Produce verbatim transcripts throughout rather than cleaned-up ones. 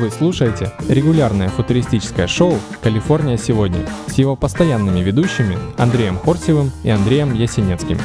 Вы слушаете регулярное футуристическое шоу «Калифорния сегодня» с его постоянными ведущими Андреем Хорсевым и Андреем Ясенецким.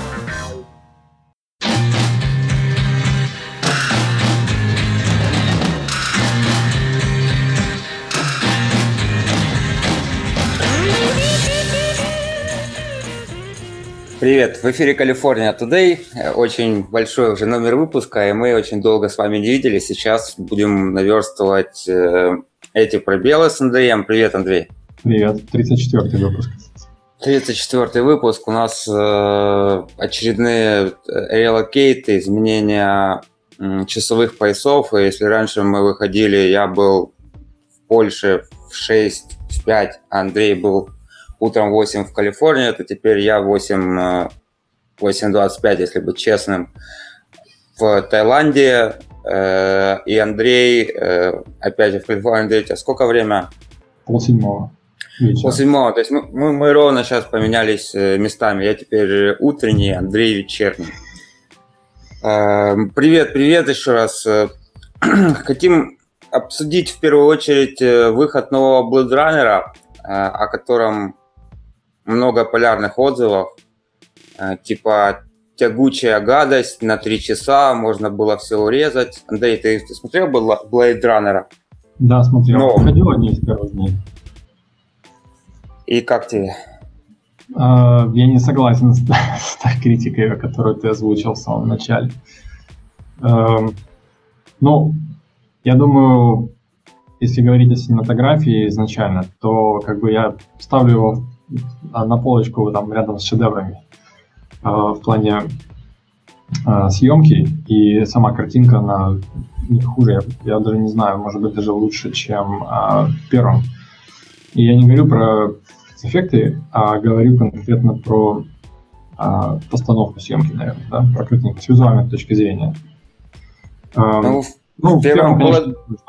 Привет, в эфире California Today, очень большой уже номер выпуска, и мы очень долго с вами не виделись. Сейчас будем наверстывать э, эти пробелы с Андреем. Привет, Андрей. Привет, тридцать четвёртый выпуск. тридцать четвёртый выпуск, у нас э, очередные релокейты, изменения э, часовых поясов. И если раньше мы выходили, я был в Польше в шесть, в пять, а Андрей был утром в восемь в Калифорнии, то теперь я в восемь, восемь двадцать пять, если быть честным, в Таиланде. Э, и Андрей, э, опять же в Калифорнии. Андрей, у тебя сколько время? Полседьмого. Полседьмого, то есть мы, мы, мы ровно сейчас поменялись местами. Я теперь утренний, Андрей вечерний. Э, привет, привет еще раз. Хотим обсудить в первую очередь выход нового Blade Runner, о котором много полярных отзывов, типа тягучая гадость на три часа, можно было все урезать. Андрей, ты, ты смотрел Blade Runner? Да, смотрел. Но... Ходил одни из первых дней. И как тебе? Uh, я не согласен с, с той критикой, которую ты озвучил в самом начале. Uh, ну, я думаю, если говорить о синематографии изначально, то как бы я ставлю его на полочку там рядом с шедеврами э, в плане э, съемки, и сама картинка, она не хуже, я, я даже не знаю, может быть даже лучше, чем э, в первом. И я не говорю про спецэффекты, а говорю конкретно про э, постановку съемки, наверное, да, про картинку с визуальной точки зрения. Э, ну, ну, в первом, конечно,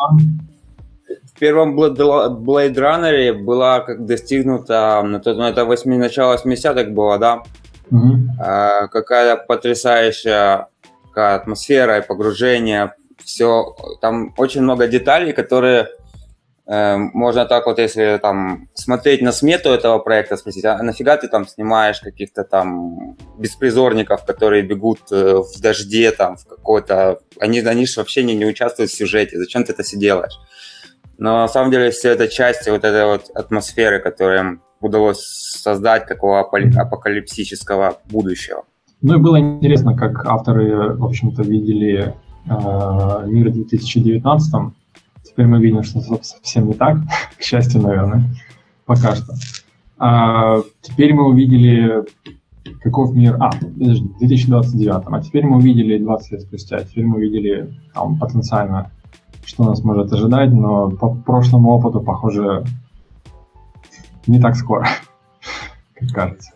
В первом Blade Runner была как достигнута, на тот момент, это восьми, начало восьмидесятых было, да? Mm-hmm. А, какая-то потрясающая такая атмосфера и погружение. Все, там очень много деталей, которые э, можно так вот, если там смотреть на смету этого проекта, спросить, а нафига ты там снимаешь каких-то там беспризорников, которые бегут э, в дожде там в какой-то... Они, они же вообще не, не участвуют в сюжете, зачем ты это все делаешь? Но на самом деле все это части вот этой вот атмосферы, которую им удалось создать, такого апокалипсического будущего. Ну и было интересно, как авторы, в общем-то, видели э, мир в две тысячи девятнадцатом. Теперь мы видим, что совсем не так, к счастью, наверное, пока что. А теперь мы увидели, каков мир... А, подожди, в две тысячи двадцать девятом. А теперь мы увидели двадцать лет спустя. Теперь мы увидели там потенциально, что нас может ожидать, но по прошлому опыту, похоже, не так скоро, как кажется.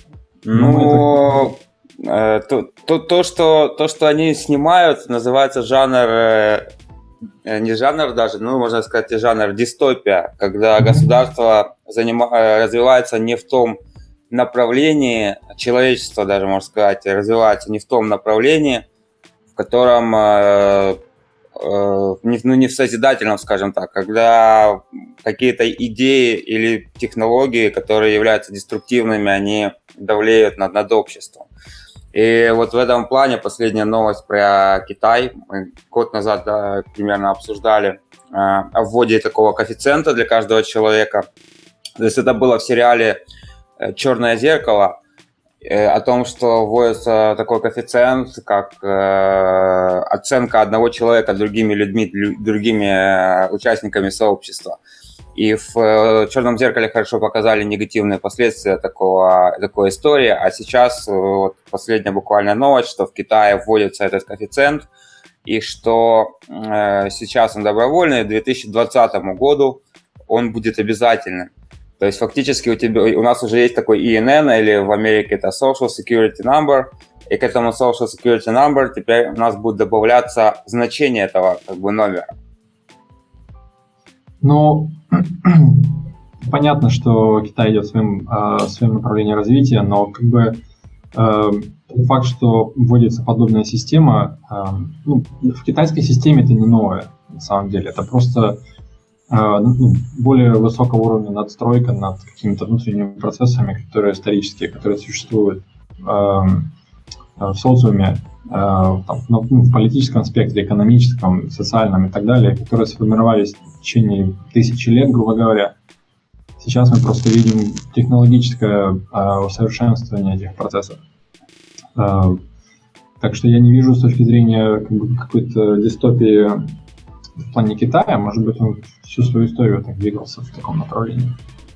Ну, ну это... то, то, то, что, то, что они снимают, называется жанр, э, не жанр даже, ну, можно сказать, и жанр дистопия, когда mm-hmm. государство занима... развивается не в том направлении, человечество даже, можно сказать, развивается не в том направлении, в котором... Э, ну не в созидательном, скажем так, когда какие-то идеи или технологии, которые являются деструктивными, они давлеют над, над обществом. И вот в этом плане последняя новость про Китай. Мы год назад, да, примерно обсуждали э, о вводе такого коэффициента для каждого человека. То есть это было в сериале «Черное зеркало», о том, что вводится такой коэффициент, как э, оценка одного человека другими людьми, другими э, участниками сообщества. И в э, «Черном зеркале» хорошо показали негативные последствия такого, такой истории. А сейчас, вот, последняя буквально новость, что в Китае вводится этот коэффициент, и что э, сейчас он добровольный, к две тысячи двадцатому году он будет обязательным. То есть фактически у тебя, у нас уже есть такой и эн эн, или в Америке это Social Security Number, и к этому Social Security Number теперь у нас будет добавляться значение этого как бы номера. Ну, понятно, что Китай идет своим, э, своим направлением развития, но как бы э, факт, что вводится подобная система, э, ну, в китайской системе это не новое, на самом деле, это просто ну, более высокого уровня надстройка над какими-то внутренними процессами, которые исторические, которые существуют в социуме, там, ну, в политическом спектре, экономическом, социальном и так далее, которые сформировались в течение тысячи лет, грубо говоря. Сейчас мы просто видим технологическое усовершенствование этих процессов. Так что я не вижу с точки зрения как бы, какой-то дистопии в плане Китая. Может быть, он всю свою историю так двигался в таком направлении.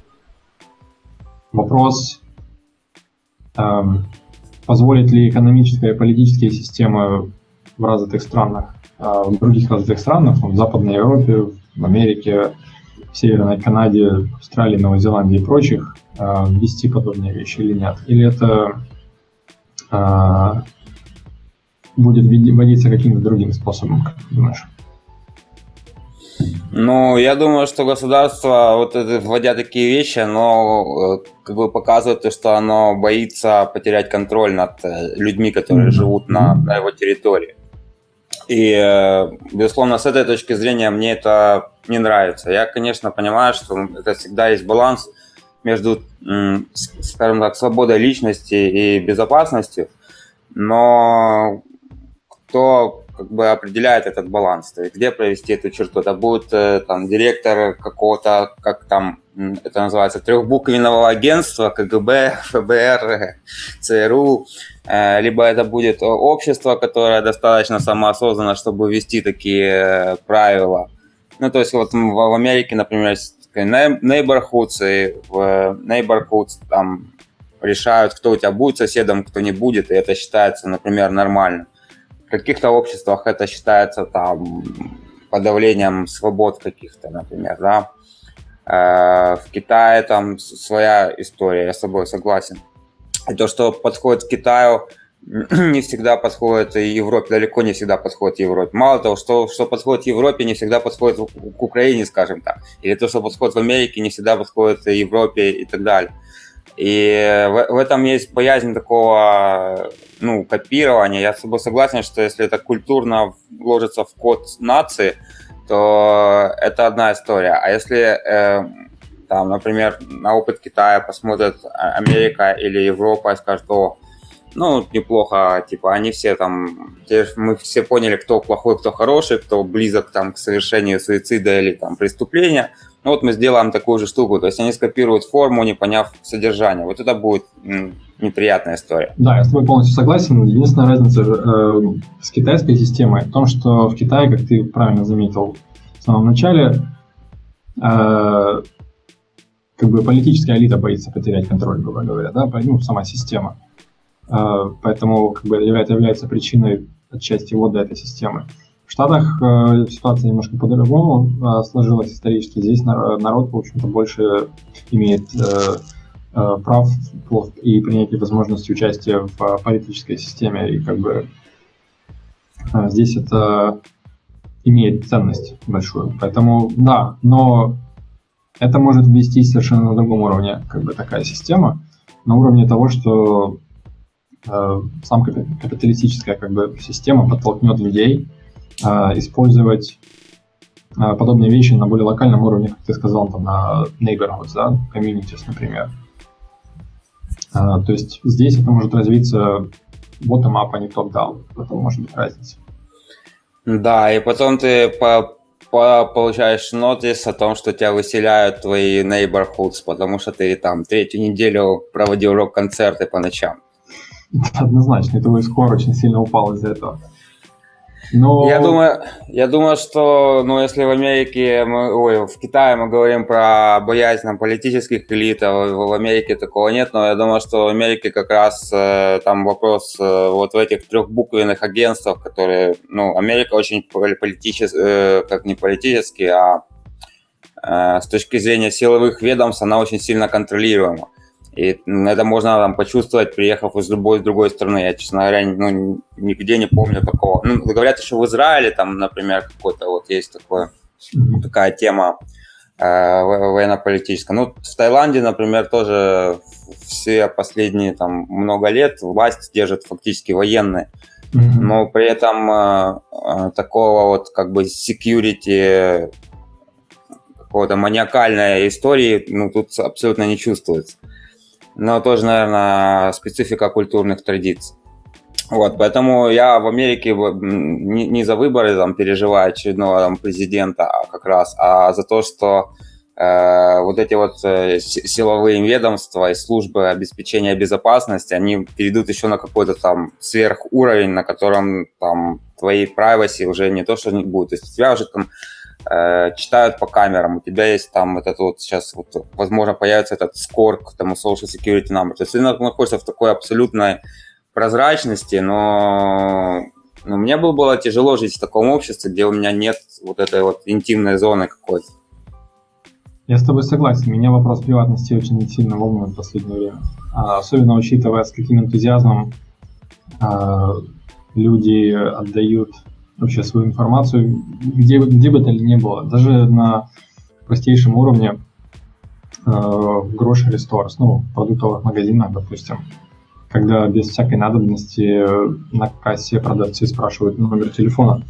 Вопрос, эм, позволит ли экономическая и политические системы в развитых странах, э, в других развитых странах, в Западной Европе, в Америке, в Северной Канаде, Австралии, Новой Зеландии и прочих, э, вести подобные вещи или нет? Или это э, будет вводиться каким-то другим способом, как ты думаешь? Ну, я думаю, что государство, вот это, вводя такие вещи, оно как бы показывает, что оно боится потерять контроль над людьми, которые mm-hmm. живут на, на его территории. И, безусловно, с этой точки зрения мне это не нравится. Я, конечно, понимаю, что это всегда есть баланс между, скажем так, свободой личности и безопасностью, но кто как бы определяет этот баланс, то есть где провести эту черту? Это будет там директор какого-то, как там это называется, трехбуквенного агентства, КГБ, ФБР, ЦРУ, либо это будет общество, которое достаточно самоосознанно, чтобы ввести такие правила. Ну, то есть вот в Америке, например, есть neighborhoods, и в neighborhoods там решают, кто у тебя будет соседом, кто не будет, и это считается, например, нормально. В каких-то обществах это считается там подавлением свобод каких-то, например, да. В Китае там своя история, я с тобой согласен. И то, что подходит к Китаю, не всегда подходит и Европе, далеко не всегда подходит Европе. Мало того, что, что подходит Европе, не всегда подходит к Украине, скажем так. Или то, что подходит в Америке, не всегда подходит Европе и так далее. И в, в этом есть боязнь такого, ну, копирования. Я с тобой согласен, что если это культурно вложится в код нации, то это одна история. А если, э, там, например, на опыт Китая посмотрят Америка или Европа и скажут, о, ну, неплохо, типа, они все там, мы все поняли, кто плохой, кто хороший, кто близок там к совершению суицида или там преступления, ну, вот мы сделаем такую же штуку. То есть они скопируют форму, не поняв содержание. Вот это будет м, неприятная история. Да, я с тобой полностью согласен. Единственная разница э, с китайской системой в том, что в Китае, как ты правильно заметил в самом начале, э, как бы политическая элита боится потерять контроль, грубо говоря, да, ну, сама система. Э, поэтому как бы это является причиной отчасти ввода этой системы. В Штатах э, ситуация немножко по-другому э, сложилась исторически. Здесь народ, в общем-то, больше имеет э, э, прав и принятия возможности участия в э, политической системе. И как бы э, здесь это имеет ценность большую. Поэтому, да, но это может ввестись совершенно на другом уровне, как бы такая система, на уровне того, что э, сам капиталистическая как бы система подтолкнет людей использовать а, подобные вещи на более локальном уровне, как ты сказал, там, на neighborhoods, да, communities, например. А, то есть здесь это может развиться bottom-up, а не top-down. Это может быть разница. Да, и потом ты по, по, получаешь нотис о том, что тебя выселяют твои neighborhoods, потому что ты там третью неделю проводил рок-концерты по ночам. Однозначно, твой скор очень сильно упал из-за этого. Но... Я думаю, я думаю, что, ну, если в Америке, мы, ой, в Китае мы говорим про боязнь там, политических элит, а в, в Америке такого нет, но я думаю, что в Америке как раз э, там вопрос э, вот в этих трехбуквенных агентствах, которые, ну, Америка очень политически, э, как не политически, а э, с точки зрения силовых ведомств, она очень сильно контролируема. И это можно там почувствовать, приехав из любой другой страны. Я, честно говоря, ну, нигде не помню такого. Ну, говорят, еще в Израиле, там, например, какой-то вот есть такое, такая тема э, военно-политическая. Ну, в Таиланде, например, тоже все последние там много лет власть держит фактически военные. Mm-hmm. Но при этом э, э, такого вот как бы security, какой-то маниакальной истории, ну, тут абсолютно не чувствуется. Но тоже, наверное, специфика культурных традиций. Вот, поэтому я в Америке не, не за выборы там переживаю очередного там президента, а как раз, а за то, что э, вот эти вот э, силовые ведомства и службы обеспечения безопасности, они перейдут еще на какой-то там сверхуровень, на котором там твоей privacy уже не то, что не будет. То есть тебя уже там э, читают по камерам, у тебя есть там этот вот сейчас, вот, возможно, появится этот скорк, там, social security number. То есть ты находишься в такой абсолютной прозрачности, но, но мне было, было тяжело жить в таком обществе, где у меня нет вот этой вот интимной зоны какой-то. Я с тобой согласен. Меня вопрос приватности очень сильно волнует в последнее время. А, особенно учитывая, с каким энтузиазмом а, люди отдают вообще свою информацию, где, где бы то ни было. Даже на простейшем уровне а, в grocery stores, ну, в продуктовых магазинах, допустим, когда без всякой надобности на кассе продавцы спрашивают номер телефона.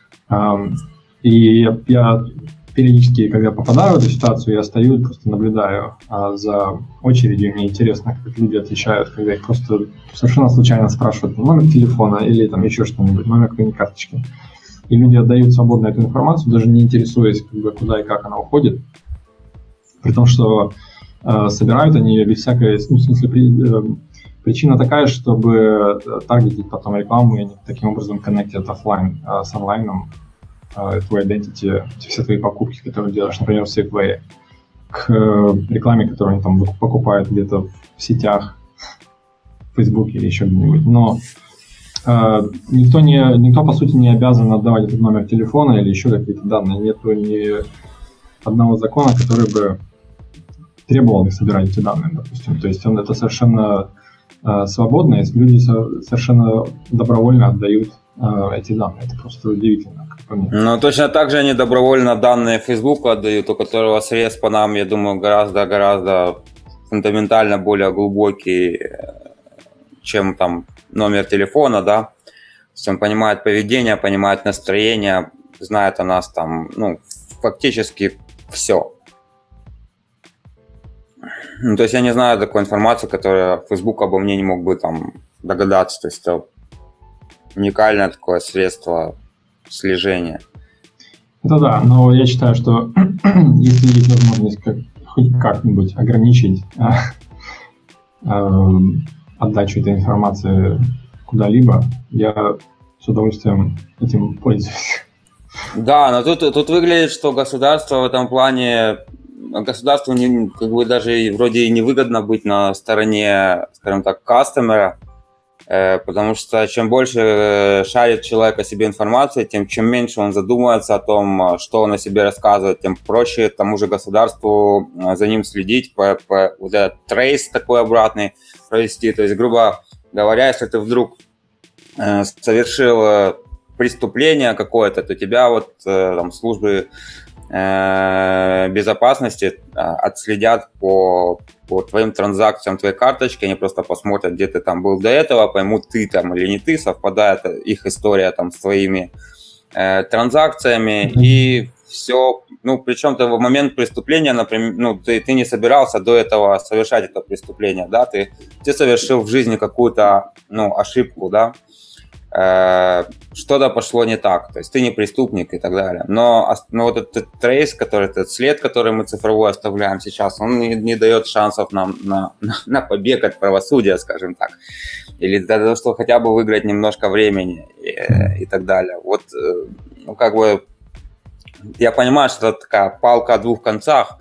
И я, я периодически, когда попадаю в эту ситуацию, я стою и просто наблюдаю за очередью. Мне интересно, как люди отвечают, когда их просто совершенно случайно спрашивают номер телефона или там еще что-нибудь, номер какой-нибудь карточки. И люди отдают свободно эту информацию, даже не интересуясь, как бы, куда и как она уходит. При том, что э, собирают они ее без всякой... Ну, в смысле, при, э, причина такая, чтобы таргетить потом рекламу, и они таким образом коннектят офлайн э, с онлайном, э, твой identity, все твои покупки, которые делаешь, например, в Safeway, к э, рекламе, которую они там покупают где-то в сетях, в Фейсбуке или еще где-нибудь. Но э, никто, не, никто, по сути, не обязан отдавать этот номер телефона или еще какие-то данные. Нету ни одного закона, который бы требовал их собирать эти данные, допустим. То есть он это совершенно э, свободно, если люди со, совершенно добровольно отдают э, эти данные. Это просто удивительно, как по мне. Ну, точно так же они добровольно данные Фейсбуку отдают, у которого срез по нам, я думаю, гораздо-гораздо фундаментально более глубокий, чем там номер телефона, да. То есть он понимает поведение, понимает настроение, знает о нас там, ну, фактически все. Ну, то есть я не знаю такой информации, которая Facebook обо мне не мог бы там догадаться. То есть это уникальное такое средство слежения. Это да, но я считаю, что если есть возможность как, хоть как-нибудь ограничить э, э, отдачу этой информации куда-либо, я с удовольствием этим пользуюсь. Да, но тут, тут выглядит, что государство в этом плане, государству не, как бы даже вроде и невыгодно быть на стороне, скажем так, кастомера, э, потому что чем больше шарит человек о себе информации, тем чем меньше он задумывается о том, что он о себе рассказывает, тем проще тому же государству за ним следить, по, по, вот этот трейс такой обратный провести. То есть, грубо говоря, если ты вдруг э, совершил преступление какое-то, то тебя вот э, там службы э, безопасности э, отследят по, по твоим транзакциям, твоей карточке, они просто посмотрят, где ты там был до этого, поймут, ты там или не ты, совпадает их история там с твоими э, транзакциями, mm-hmm. и все, ну, причем ты в момент преступления, например, ну, ты, ты не собирался до этого совершать это преступление, да, ты, ты совершил в жизни какую-то, ну, ошибку, да, что-то пошло не так, то есть ты не преступник и так далее. Но, но вот этот трейс, который, этот след, который мы цифровой оставляем сейчас, он не, не дает шансов нам на, на, на побег от правосудия, скажем так. Или для того, чтобы хотя бы выиграть немножко времени и, и так далее. Вот, ну, как бы, я понимаю, что это такая палка о двух концах,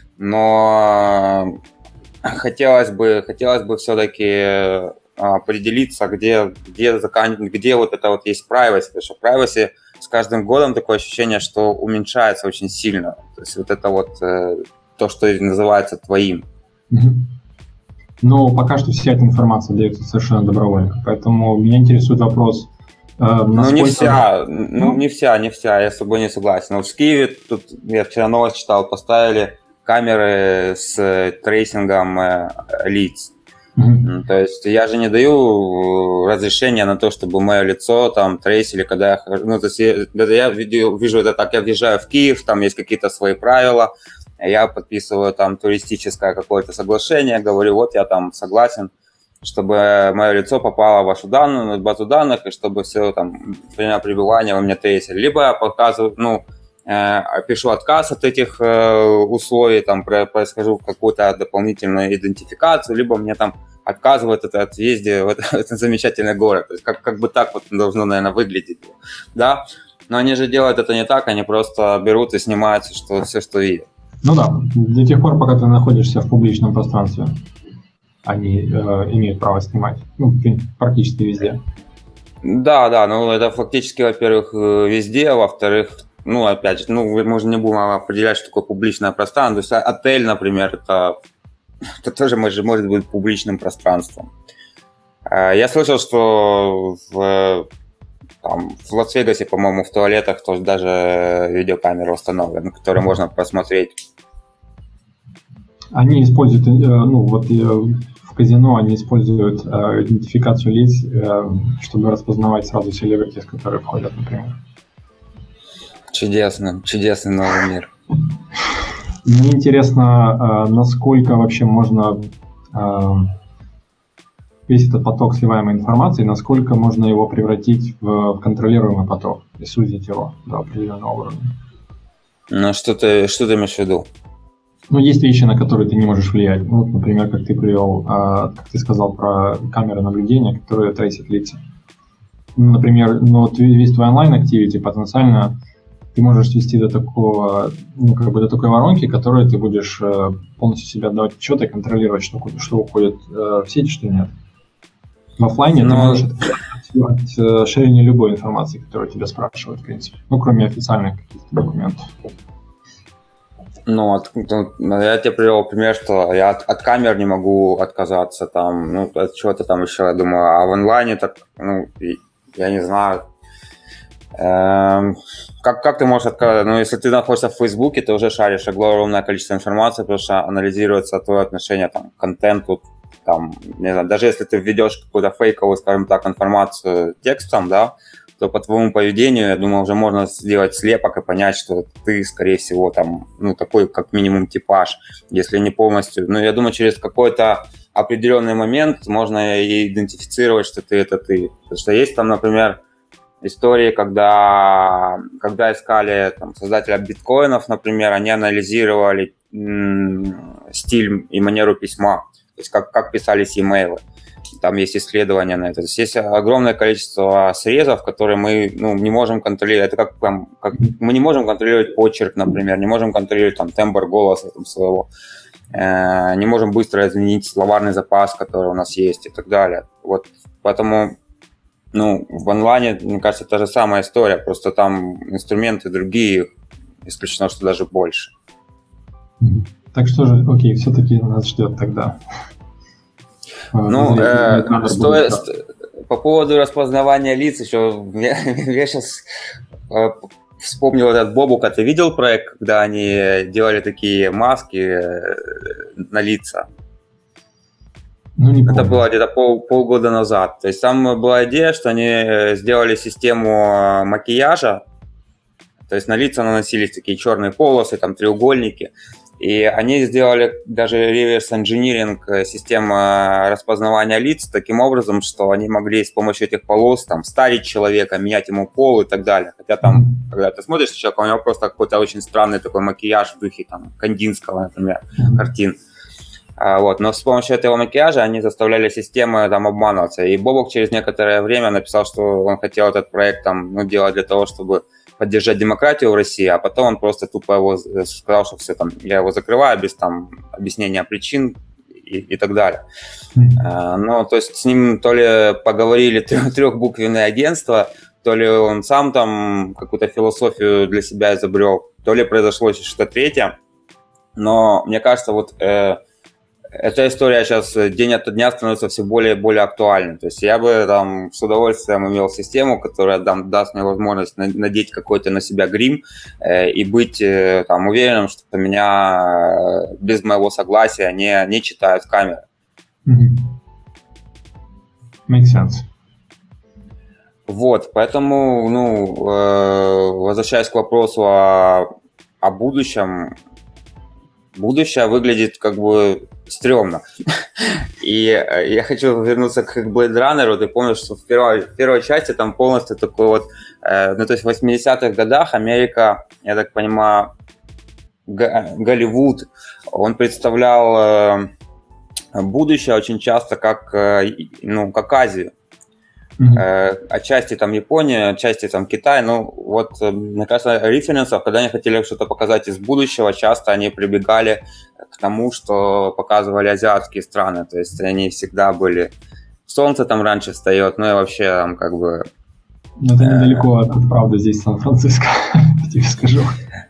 но хотелось бы, хотелось бы все-таки определиться, где, где, закан... где вот это вот есть privacy, потому что privacy с каждым годом такое ощущение, что уменьшается очень сильно. То есть вот это вот э, то, что называется твоим. Mm-hmm. Но пока что вся эта информация дается совершенно добровольно, поэтому меня интересует вопрос, э, насколько... Ну не вся, ну не вся, не вся, я с тобой не согласен. Вот в Киеве, тут я вчера новость читал, поставили камеры с трейсингом э, лиц. Mm-hmm. То есть я же не даю разрешения на то, чтобы мое лицо там трейсили, когда я хожу. Ну, то есть я, я вижу, вижу это так, я въезжаю в Киев, там есть какие-то свои правила, я подписываю там туристическое какое-то соглашение, говорю, вот я там согласен, чтобы мое лицо попало в вашу данную, базу данных, и чтобы все там время пребывания вы меня трейсили. Либо я показываю, ну, э, пишу отказ от этих э, условий, там, происхожу какую-то дополнительную идентификацию, либо мне там отказывают от отъезде в этот, в этот замечательный город. То есть как, как бы так вот должно, наверное, выглядеть, да. Но они же делают это не так, они просто берут и снимают что, все, что видят. Ну да, до тех пор, пока ты находишься в публичном пространстве, они э, имеют право снимать, ну, практически везде. Да, да, ну это фактически, во-первых, везде, а во-вторых, ну, опять же, ну, мы же не будем определять, что такое публичное пространство. То есть отель, например, это, это тоже может, может быть публичным пространством. Я слышал, что в, там, в Лас-Вегасе, по-моему, в туалетах тоже даже видеокамеры установлены, которые можно посмотреть. Они используют, ну, вот в казино они используют э, идентификацию лиц, э, чтобы распознавать сразу селебритис, которые входят, например. Чудесно, чудесный новый мир. Мне интересно, э, насколько вообще можно э, весь этот поток сливаемой информации, насколько можно его превратить в контролируемый поток и сузить его до определенного уровня. Ну, что ты, что ты имеешь в виду? Ну, есть вещи, на которые ты не можешь влиять. Ну, например, как ты привел, э, как ты сказал про камеры наблюдения, которые трейсят лица. Ну, например, ну, вот весь твой онлайн-активити потенциально ты можешь свести до такого, ну, как бы до такой воронки, которой ты будешь э, полностью себе отдавать отчет и контролировать, что, что уходит э, в сеть, что нет. В офлайне Но... ты можешь от э, шерения любой информации, которую тебя спрашивают, в принципе. Ну, кроме официальных каких-то документов. Ну, от, я тебе привел пример, что я от, от камер не могу отказаться, там, ну, от чего-то там еще, я думаю, а в онлайне так, ну, я не знаю, эм, как, как ты можешь отказаться, ну, если ты находишься в Фейсбуке, ты уже шаришь огромное количество информации, потому что анализируется твое отношение, там, к контенту, там, не знаю, даже если ты введешь какую-то фейковую, скажем так, информацию текстом, да, то по твоему поведению, я думаю, уже можно сделать слепок и понять, что ты, скорее всего, там, ну, такой, как минимум, типаж, если не полностью. Ну, я думаю, через какой-то определенный момент можно и идентифицировать, что ты – это ты. Потому что есть там, например, истории, когда, когда искали там, создателя биткоинов, например, они анализировали м- стиль и манеру письма, то есть как, как писались имейлы. Там есть исследования на это. То есть есть огромное количество срезов, которые мы ну, не можем контролировать. Это как, там, как мы не можем контролировать почерк, например, не можем контролировать там, тембр голоса там, своего, э, не можем быстро изменить словарный запас, который у нас есть и так далее. Вот, поэтому ну, в онлайне, мне кажется, та же самая история, просто там инструменты другие, исключено, что даже больше. Так что же, окей, все-таки нас ждет тогда. Ну, э, сто, сто, по поводу распознавания лиц, еще я, я сейчас э, вспомнил этот Бобука. Ты видел проект, когда они делали такие маски э, на лица? Ну, не Это помню. было где-то пол, полгода назад. То есть там была идея, что они сделали систему макияжа, то есть на лица наносились такие черные полосы, там треугольники. И они сделали даже реверс-инжиниринг системы распознавания лиц таким образом, что они могли с помощью этих полос там, старить человека, менять ему пол и так далее. Хотя там, mm-hmm. когда ты смотришь человека, у него просто какой-то очень странный такой макияж в духе там, Кандинского, например, mm-hmm. картин. А, вот. Но с помощью этого макияжа они заставляли системы там, обманываться. И Бобок через некоторое время написал, что он хотел этот проект там, ну, делать для того, чтобы поддержать демократию в России, а потом он просто тупо его сказал, что все, там, я его закрываю без там, объяснения причин и, и так далее. Mm-hmm. А, ну, то есть с ним то ли поговорили трехбуквенные агентства, то ли он сам там какую-то философию для себя изобрел, то ли произошло что-то третье. Но мне кажется, вот э, эта история сейчас день ото дня становится все более и более актуальной. То есть я бы там с удовольствием имел систему, которая там, даст мне возможность надеть какой-то на себя грим э, и быть э, там, уверенным, что меня без моего согласия не, не читают камеры. Mm-hmm. Makes sense. Вот, поэтому, ну, э, возвращаясь к вопросу о, о будущем, будущее выглядит как бы стрёмно. И я хочу вернуться к Blade Runner. Ты помнишь, что в первой, в первой части там полностью такой вот, э, ну, то есть в восьмидесятых годах Америка, я так понимаю, Г- Голливуд, он представлял э, будущее очень часто как, э, ну, как Азию. Мгм. Э, отчасти там Япония, отчасти там Китай. Ну, вот, э, мне кажется, референсов, когда они хотели что-то показать из будущего, часто они прибегали к тому, что показывали азиатские страны. То есть они всегда были... Солнце там раньше встает, ну и вообще там как бы... Но это недалеко от от правды здесь, Сан-Франциско, я тебе скажу.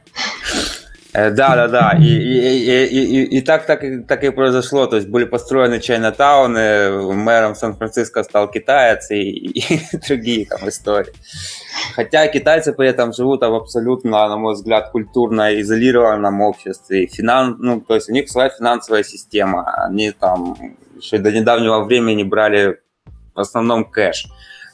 Э, Да, да, да. И, и, и, и, и- и так, так, и- так и произошло. То есть были построены Чайнатауны, мэром Сан-Франциско стал китаец и, и другие там истории. Хотя китайцы при этом живут в абсолютно, на мой взгляд, культурно изолированном обществе. И финан... ну, то есть у них своя финансовая система. Они там еще до недавнего времени брали в основном кэш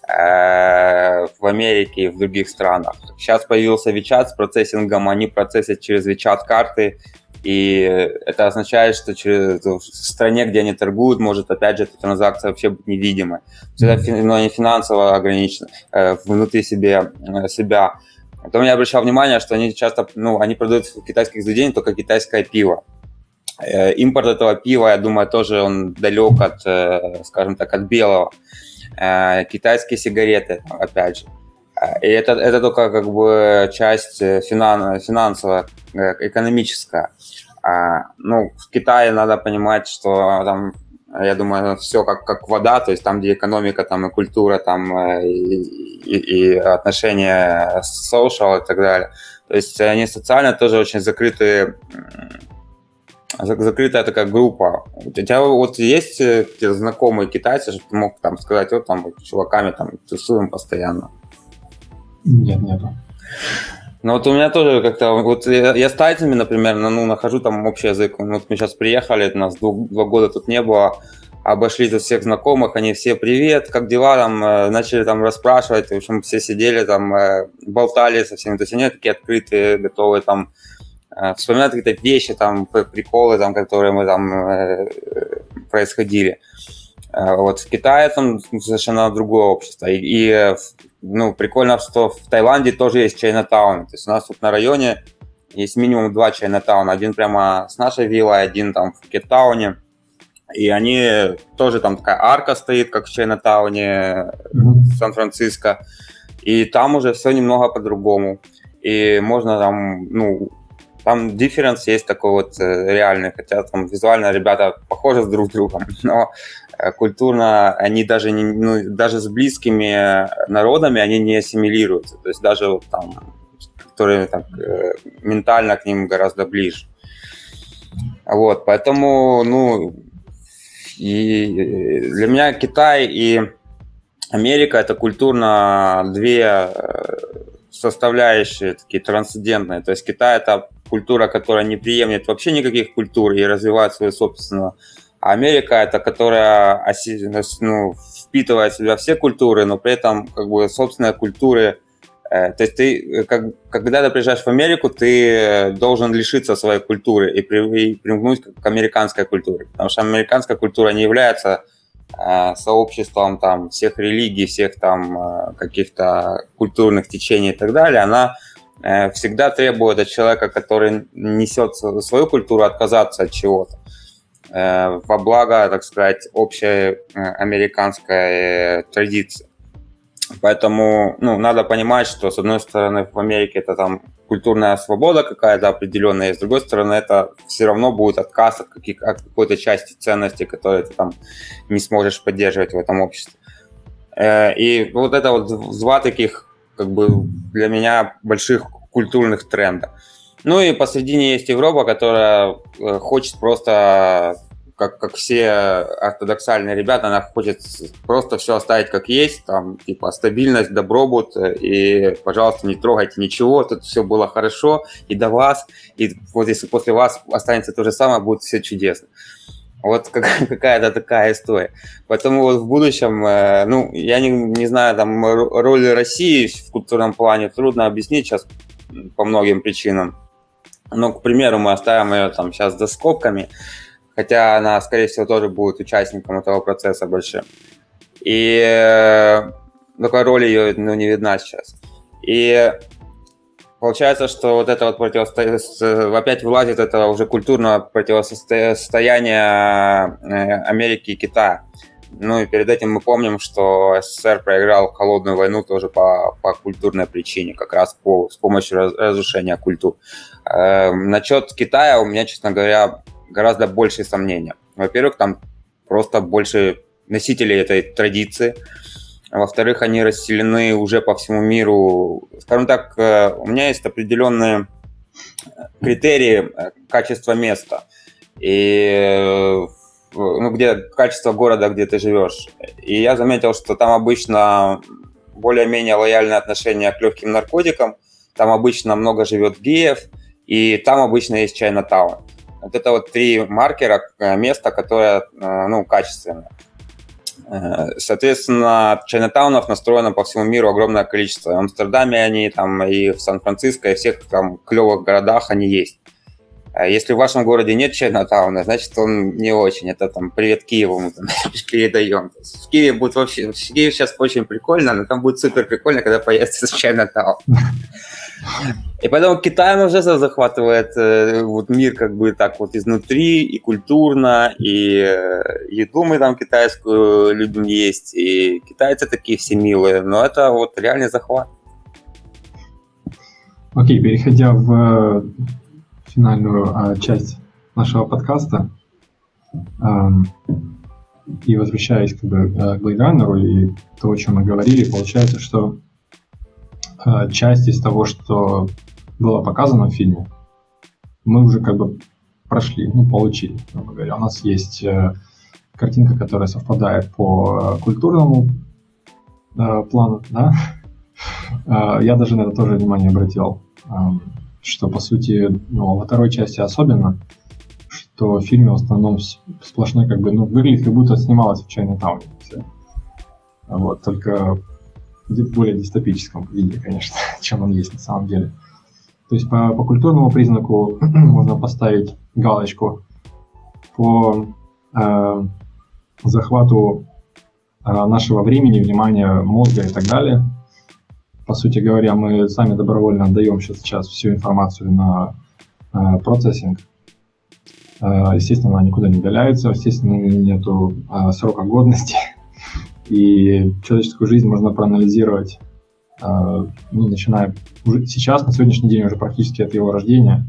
э, в Америке и в других странах. Сейчас появился WeChat с процессингом, они процессят через WeChat карты, и это означает, что через, в стране, где они торгуют, может опять же эта транзакция вообще быть невидимой. То есть это фин- ну, не финансово ограничено э, внутри себе, э, себя. Потом я обращал внимание, что они часто, ну, они продают в китайских заведениях только китайское пиво. Э, Импорт этого пива, я думаю, тоже он далек от, э, скажем так, от белого. Э, Китайские сигареты, опять же. Э, И это, это только как бы часть э, финан, финансовая, э, экономическая. А, ну, в Китае надо понимать, что там, я думаю, все как, как вода, то есть там, где экономика, там и культура, там э, и, и, и отношения social и так далее. То есть они социально тоже очень закрытые, зак- закрытая такая группа. У тебя вот есть э, какие-то знакомые китайцы, что ты мог там сказать, вот там вот с чуваками там тусуем постоянно. Нет, нету. Ну вот у меня тоже как-то, вот я, я с тайцами, например, ну, ну, нахожу там общий язык. Вот мы сейчас приехали, нас двух- два года тут не было, обошли тут всех знакомых, они все привет, как дела, там, э, начали там расспрашивать, в общем, все сидели там, э, болтали со всеми, то есть они такие открытые, готовые там, э, вспоминать какие-то вещи, там, п- приколы, там, которые мы там э, э, происходили. Э, Вот в Китае там совершенно другое общество. И, и, э, в- ну, прикольно, что в Таиланде тоже есть Чайнатаун. То есть у нас тут на районе есть минимум два Чайнатауна. Один прямо с нашей виллой, один там в Кейптауне. И они тоже там такая арка стоит, как в Чайнатауне, Мгм. Сан-Франциско. И там уже все немного по-другому. И можно там, ну, там дифференс есть такой вот э, реальный, хотя там визуально ребята похожи с друг другом, но э, культурно они даже, не, ну, даже с близкими народами они не ассимилируются. То есть даже вот там, которые так, э, ментально к ним гораздо ближе. Вот, поэтому, ну, и для меня Китай и Америка — это культурно две э, составляющие такие трансцендентные. То есть Китай — это культура, которая не приемлет вообще никаких культур и развивает свою собственную. А Америка — это которая оси- ну, впитывает в себя все культуры, но при этом как бы собственные культуры. э, То есть ты, э, как, когда ты приезжаешь в Америку, ты должен лишиться своей культуры и, при- и примкнуть к к американской культуре. Потому что американская культура не является э, сообществом там всех религий, всех там э, каких-то культурных течений и так далее. Она э, всегда требует от человека, который несет свою свою культуру, отказаться от чего-то э, во благо, так сказать, общей э, американской э, традиции. Поэтому, ну, надо понимать, что с одной стороны в Америке это там культурная свобода какая-то определенная, и с другой стороны это все равно будет отказ от, каких, от какой-то части ценностей, которые ты там не сможешь поддерживать в этом обществе. Э, И вот это вот два таких, как бы, для меня больших культурных тренда. Ну и посредине есть Европа, которая э, хочет просто, как, как все ортодоксальные ребята, она хочет просто все оставить как есть, там, типа, стабильность, добробут, э, и, пожалуйста, не трогайте ничего, тут все было хорошо и до вас, и вот если после вас останется то же самое, будет все чудесно. Вот какая-то такая история. Поэтому вот в будущем, ну, я не, не знаю, там, роль России в культурном плане трудно объяснить сейчас по многим причинам. Но, к примеру, мы оставим ее там сейчас за скобками, хотя она, скорее всего, тоже будет участником этого процесса большим. И такой роли ее, ну, не видна сейчас. И получается, что вот это вот противостояние, опять вылазит это уже культурное противостояние Америки и Китая. Ну и перед этим мы помним, что СССР проиграл холодную войну тоже по, по культурной причине, как раз по, с помощью раз, разрушения культур. Э, насчет Китая у меня, честно говоря, гораздо больше сомнений. Во-первых, там просто больше носителей этой традиции. Во-вторых, они расселены уже по всему миру. Скажем так, у меня есть определенные критерии качества места. И, ну, где качество города, где ты живешь. И я заметил, что там обычно более-менее лояльное отношение к легким наркотикам. Там обычно много живет геев. И там обычно есть Чайнатаун. Вот это вот три маркера места, которое, ну, качественное. Соответственно, чайнатаунов настроено по всему миру огромное количество. В Амстердаме они, там, и в Сан-Франциско, и в всех там клевых городах они есть. Если в вашем городе нет чайнатауна, значит, он не очень. Это там привет Киеву мы там передаем. В Киеве будет вообще... В Киеве сейчас очень прикольно, но там будет супер прикольно, когда появится чайнатаун. И поэтому Китай уже захватывает э, вот мир как бы так вот изнутри, и культурно, и э, еду мы там китайскую любим есть, и китайцы такие все милые, но это вот реальный захват. Окей, переходя в финальную а, часть нашего подкаста а, и возвращаясь как бы к Blade Runner и то, о чем мы говорили, получается, что а, часть из того, что было показано в фильме, мы уже как бы прошли, ну, получили, грубо говоря. У нас есть э, картинка, которая совпадает по культурному э, плану, да? э, я даже на это тоже внимание обратил, э, что, по сути, ну, во второй части особенно, что в фильме в основном сплошной, как бы, ну, выглядит, как будто снималось в Чайнатауне. Вот, только в более дистопическом виде, конечно, чем он есть на самом деле. То есть по, по культурному признаку можно поставить галочку, по э, захвату э, нашего времени, внимания, мозга и так далее. По сути говоря, мы сами добровольно отдаем сейчас всю информацию на э, процессинг. Э, естественно, она никуда не удаляется, естественно, нету э, срока годности. И человеческую жизнь можно проанализировать, э, ну, начиная уже сейчас, на сегодняшний день, уже практически от его рождения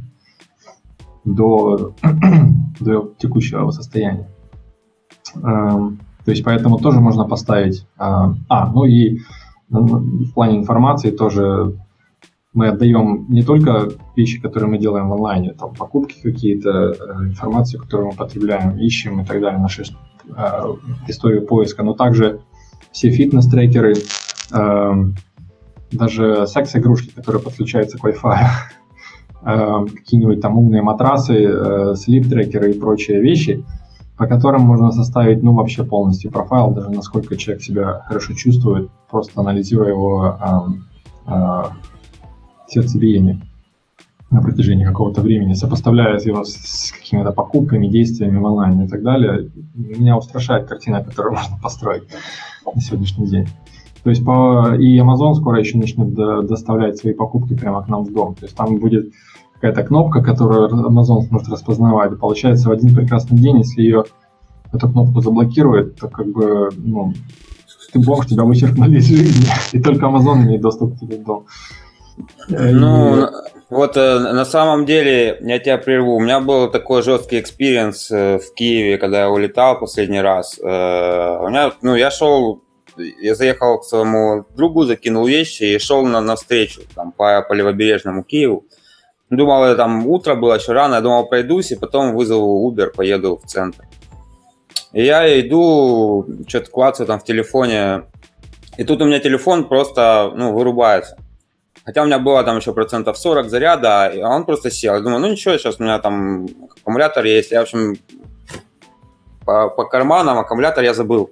до, до его текущего его состояния. Э, то есть поэтому тоже можно поставить... Э, а, ну и в плане информации тоже мы отдаем не только вещи, которые мы делаем в онлайне, там покупки какие-то, э, информацию, которую мы потребляем, ищем и так далее, нашу э, историю поиска, но также все фитнес-трекеры, э, даже секс-игрушки, которые подключаются к Wi-Fi, э, какие-нибудь там умные матрасы, э, слип-трекеры и прочие вещи, по которым можно составить, ну, вообще полностью профайл, даже насколько человек себя хорошо чувствует, просто анализируя его э, э, сердцебиение на протяжении какого-то времени, сопоставляя его с, с какими-то покупками, действиями в онлайне и так далее. Меня устрашает картина, которую можно построить на сегодняшний день. То есть по... и Amazon скоро еще начнет до... доставлять свои покупки прямо к нам в дом. То есть там будет какая-то кнопка, которую Amazon сможет распознавать. И получается, в один прекрасный день, если ее эту кнопку заблокирует, то как бы, ну, ты бог, тебя вычеркнули из жизни, и только Amazon имеет доступ к тебе в дом. Ну, и... вот на самом деле, я тебя прерву, у меня был такой жесткий экспириенс в Киеве, когда я улетал последний раз. У меня, ну, я шел, я заехал к своему другу, закинул вещи и шел на, на встречу там, по, по левобережному Киеву. Думал, там утро было еще рано, я думал, пройдусь, и потом вызову Uber, поеду в центр. И я иду, что-то клацаю там в телефоне, и тут у меня телефон просто, ну, вырубается. Хотя у меня было там еще процентов сорок заряда, а он просто сел. Я думаю, ну ничего, сейчас у меня там аккумулятор есть. Я, в общем, по, по карманам, аккумулятор я забыл.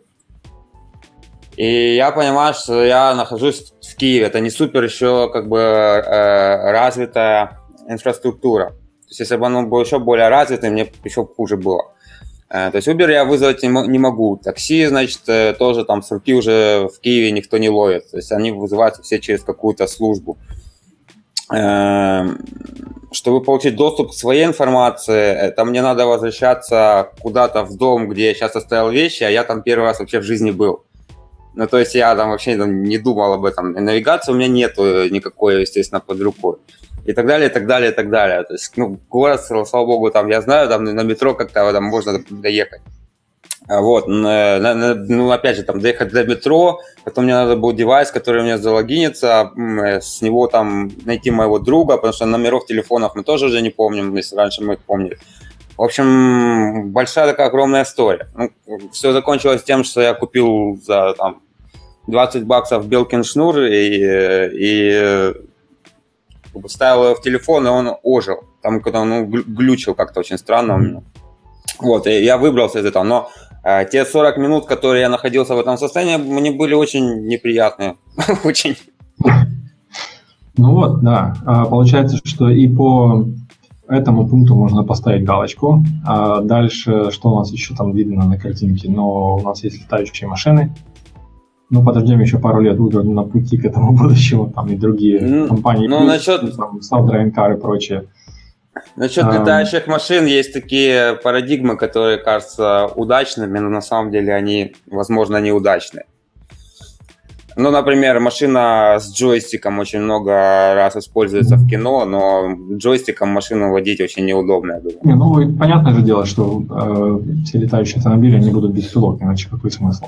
И я понимаю, что я нахожусь в Киеве. Это не супер еще как бы э, развитая инфраструктура. То есть если бы оно было еще более развитым, мне еще хуже было. Э, то есть Uber я вызвать не, не могу. Такси, значит, э, тоже там с руки уже в Киеве никто не ловит. То есть они вызываются все через какую-то службу. Э, чтобы получить доступ к своей информации, это мне надо возвращаться куда-то в дом, где я сейчас оставил вещи, а я там первый раз вообще в жизни был. Ну, то есть я там вообще там, не думал об этом. Навигации у меня нету никакой, естественно, под рукой. И так далее, и так далее, и так далее. То есть, ну, город, слава богу, там, я знаю, там на метро как-то там можно доехать. Вот, на, на, ну, опять же, там, доехать до метро, потом мне надо был девайс, который у меня залогинится, с него там найти моего друга, потому что номеров телефонов мы тоже уже не помним, если раньше мы их помнили. В общем, большая такая огромная история. Ну, все закончилось тем, что я купил за там, двадцать баксов Белкин шнур и, и ставил его в телефон, и он ожил. Там когда он ну, глючил как-то очень странно у меня. Вот, и я выбрался из этого. Но э, те сорок минут, которые я находился в этом состоянии, мне были очень неприятные. Очень. Ну вот, да. Получается, что и по этому пункту можно поставить галочку. А дальше, что у нас еще там видно на картинке? Но у нас есть летающие машины. Ну, подождем еще пару лет, Uber на пути к этому будущему, там и другие ну, компании, ну, насчет... там, Self-Driving Car и прочее. Насчет а... летающих машин есть такие парадигмы, которые кажутся удачными, но на самом деле они, возможно, неудачные. Ну, например, машина с джойстиком очень много раз используется в кино, но джойстиком машину водить очень неудобно, я думаю. Не, ну, понятное же дело, что э, все летающие автомобили не будут беспилотными, иначе какой смысл?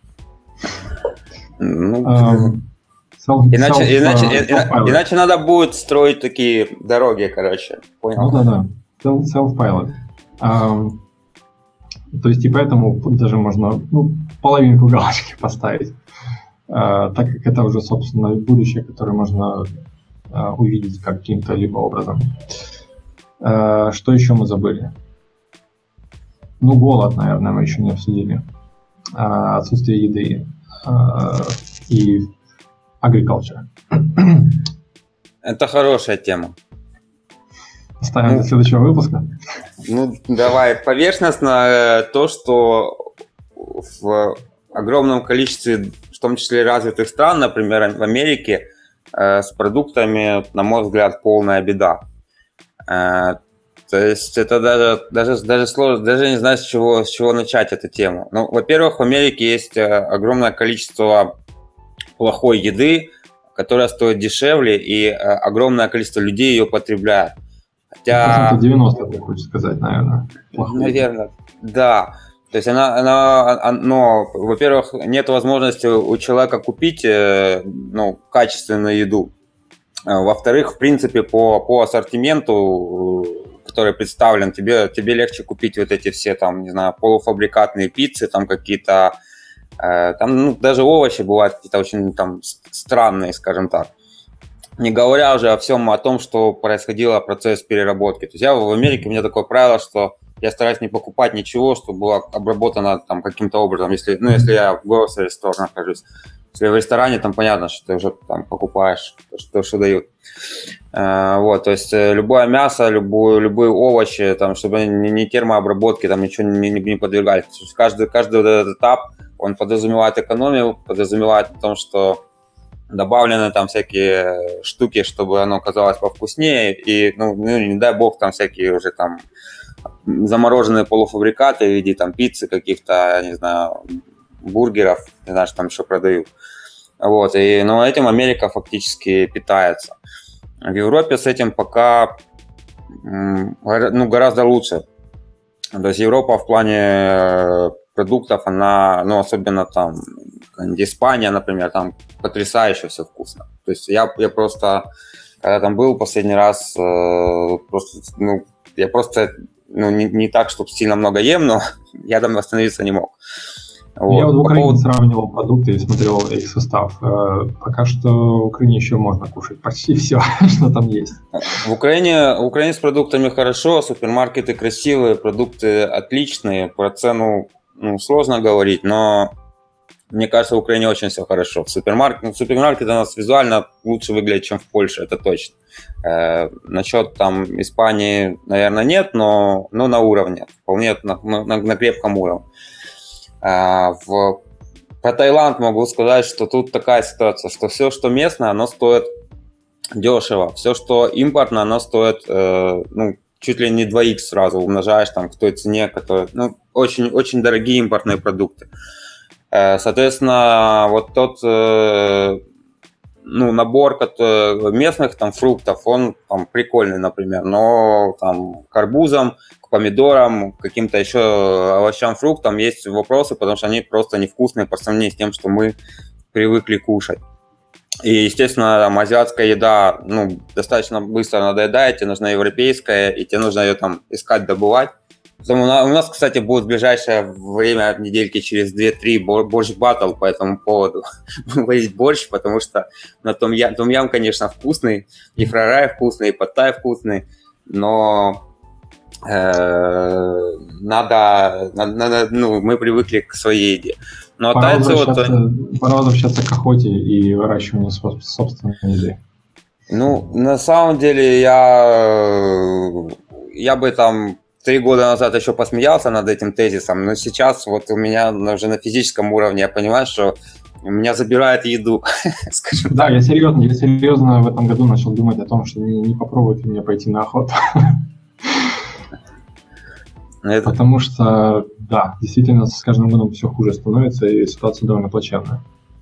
Ну, um, self, иначе, self, иначе, uh, иначе надо будет строить такие дороги, короче. Понял? Ну да-да, self-pilot. Um, то есть и поэтому даже можно ну, половинку галочки поставить, uh, так как это уже, собственно, будущее, которое можно uh, увидеть каким-то либо образом. Uh, что еще мы забыли? Ну, голод, наверное, мы еще не обсудили. Uh, отсутствие еды. Uh, и agriculture. Это хорошая тема. Оставим ну, до следующего выпуска. Ну, давай поверхностно то, что в огромном количестве, в том числе развитых стран, например, в Америке, с продуктами, на мой взгляд, полная беда. То есть это даже, даже, даже сложно, даже не знаю, с чего, с чего начать эту тему. Ну, во-первых, в Америке есть огромное количество плохой еды, которая стоит дешевле, и огромное количество людей ее потребляет. Хотя... девяносто, ты хочешь сказать, наверное. Плохой. Наверное, да. То есть она, она, но, во-первых, нет возможности у человека купить ну, качественную еду. Во-вторых, в принципе, по, по ассортименту, который представлен, тебе, тебе легче купить вот эти все там, не знаю, полуфабрикатные пиццы, там какие-то, э, там ну, даже овощи бывают какие-то очень там странные, скажем так. Не говоря уже о всем о том, что происходило процесс переработки. То есть я в Америке, у меня такое правило, что я стараюсь не покупать ничего, что было обработано там каким-то образом, если, ну, если я в grocery store нахожусь. Если в ресторане, там понятно, что ты уже там покупаешь то, что, что дают. Uh, вот, то есть любое мясо, любую, любые овощи, там, чтобы они не термообработки, там ничего не, не, не подвергались. Каждый, каждый вот этот этап, он подразумевает экономию, подразумевает о том, что добавлены там всякие штуки, чтобы оно казалось повкуснее, и, ну, ну не дай бог, там всякие уже там замороженные полуфабрикаты в виде там пиццы, каких-то, я не знаю, бургеров, не знаю, что там еще продают. Вот, и, ну, этим Америка фактически питается. В Европе с этим пока ну, гораздо лучше. То есть Европа в плане продуктов, она, ну, особенно там, Испания, например, там потрясающе все вкусно. То есть я, я просто, когда там был последний раз, просто, ну, я просто, ну, не, не так, чтобы сильно много ем, но я там восстановиться не мог. Вот. Я вот в Украине поводу... сравнивал продукты и смотрел их состав. Пока что в Украине еще можно кушать почти все, что там есть. В Украине, в Украине с продуктами хорошо, супермаркеты красивые, продукты отличные, по цену ну, сложно говорить, но мне кажется, в Украине очень все хорошо. В супермаркет, в супермаркет у нас визуально лучше выглядит, чем в Польше, это точно. Э, насчет там Испании, наверное, нет, но, но на уровне, вполне на, на, на крепком уровне. Э, в, про Таиланд могу сказать, что тут такая ситуация, что все, что местное, оно стоит дешево. Все, что импортное, оно стоит э, ну, чуть ли не два икс сразу умножаешь там к той цене, которая, ну, очень, очень дорогие импортные продукты. Э, соответственно, вот тот э, ну, набор местных там фруктов, он там прикольный, например, но там к арбузам, к помидорам, к каким-то еще овощам, фруктам есть вопросы, потому что они просто невкусные по сравнению с тем, что мы привыкли кушать. И, естественно, там, азиатская еда, ну, достаточно быстро надоедает, тебе нужна европейская, и тебе нужно ее там искать, добывать. Потом у нас, у нас, кстати, будет в ближайшее время, недельки через две-три, борщ-баттл по этому поводу. Варить борщ, потому что на том ям, том ям, конечно, вкусный, и фрарай вкусный, и пад-тай вкусный, но э, надо, надо, ну, мы привыкли к своей еде. Но пора, тайцы возвращаться, вот... пора возвращаться к охоте и выращиванию собственной еды. Ну, на самом деле, я, я бы там три года назад еще посмеялся над этим тезисом, но сейчас вот у меня уже на физическом уровне я понимаю, что меня забирает еду, скажем так. Да, я серьезно, я серьезно в этом году начал думать о том, что не, не попробовать ли мне пойти на охоту. Это... Потому что, да, действительно, с каждым годом все хуже становится, и ситуация довольно плачевная.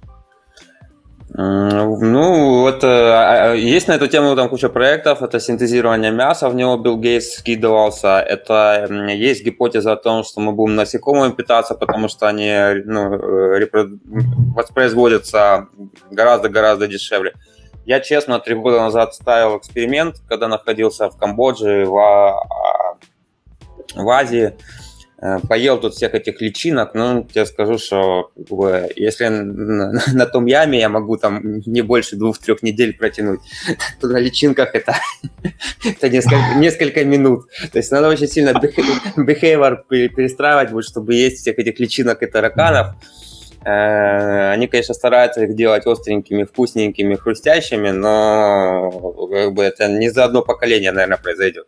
Ну, вот есть на эту тему там куча проектов, это синтезирование мяса, в него Билл Гейтс скидывался, это есть гипотеза о том, что мы будем насекомыми питаться, потому что они ну, репрод... воспроизводятся гораздо-гораздо дешевле. Я, честно, три года назад ставил эксперимент, когда находился в Камбодже, в, в Азии, поел тут всех этих личинок, ну, я скажу, что если на, на том яме я могу там не больше двух-трех недель протянуть, то на личинках это, это несколько, несколько минут. То есть надо очень сильно behavior перестраивать, будет, чтобы есть всех этих личинок и тараканов. Они, конечно, стараются их делать остренькими, вкусненькими, хрустящими, но как бы это не за одно поколение, наверное, произойдет.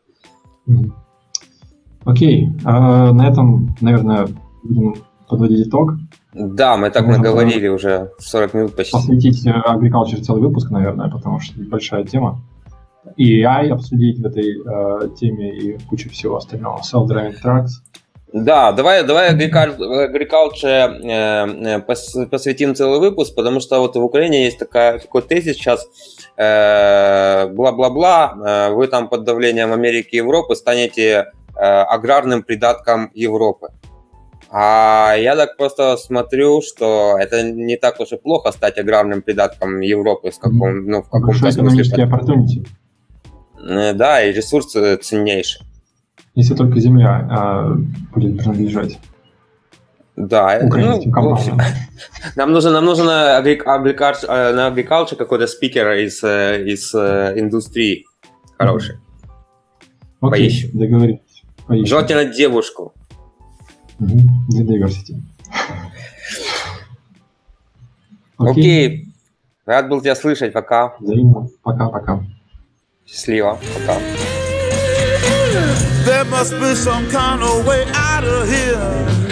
Окей, а на этом, наверное, будем подводить итог. Да, мы так Можно наговорили уже сорок минут почти. Посвятить Agriculture целый выпуск, наверное, потому что это большая тема. И эй ай обсудить в этой э, теме и кучу всего остального. Self-driving trucks. Да, давай, давай Agriculture э, посвятим целый выпуск, потому что вот в Украине есть такая, такой тезис сейчас, э, бла-бла-бла, э, вы там под давлением Америки и Европы станете аграрным придатком Европы. А я так просто смотрю, что это не так уж и плохо стать аграрным придатком Европы в каком, ну, в каком-то смысле. Да, и ресурс ценнейший. Если только земля а, будет принадлежать. Да, украинским ну, компаниям. Нам нужен, нам нужен agriculture, на agriculture какой-то спикер из, из индустрии хороший. Mm-hmm. Окей, okay, договорились. Поищем. Желательно девушку. Угу. Для diversity. Окей. Рад был тебя слышать. Пока. Взаимно. Пока-пока. Счастливо. Пока. There must be some kind of way out of here.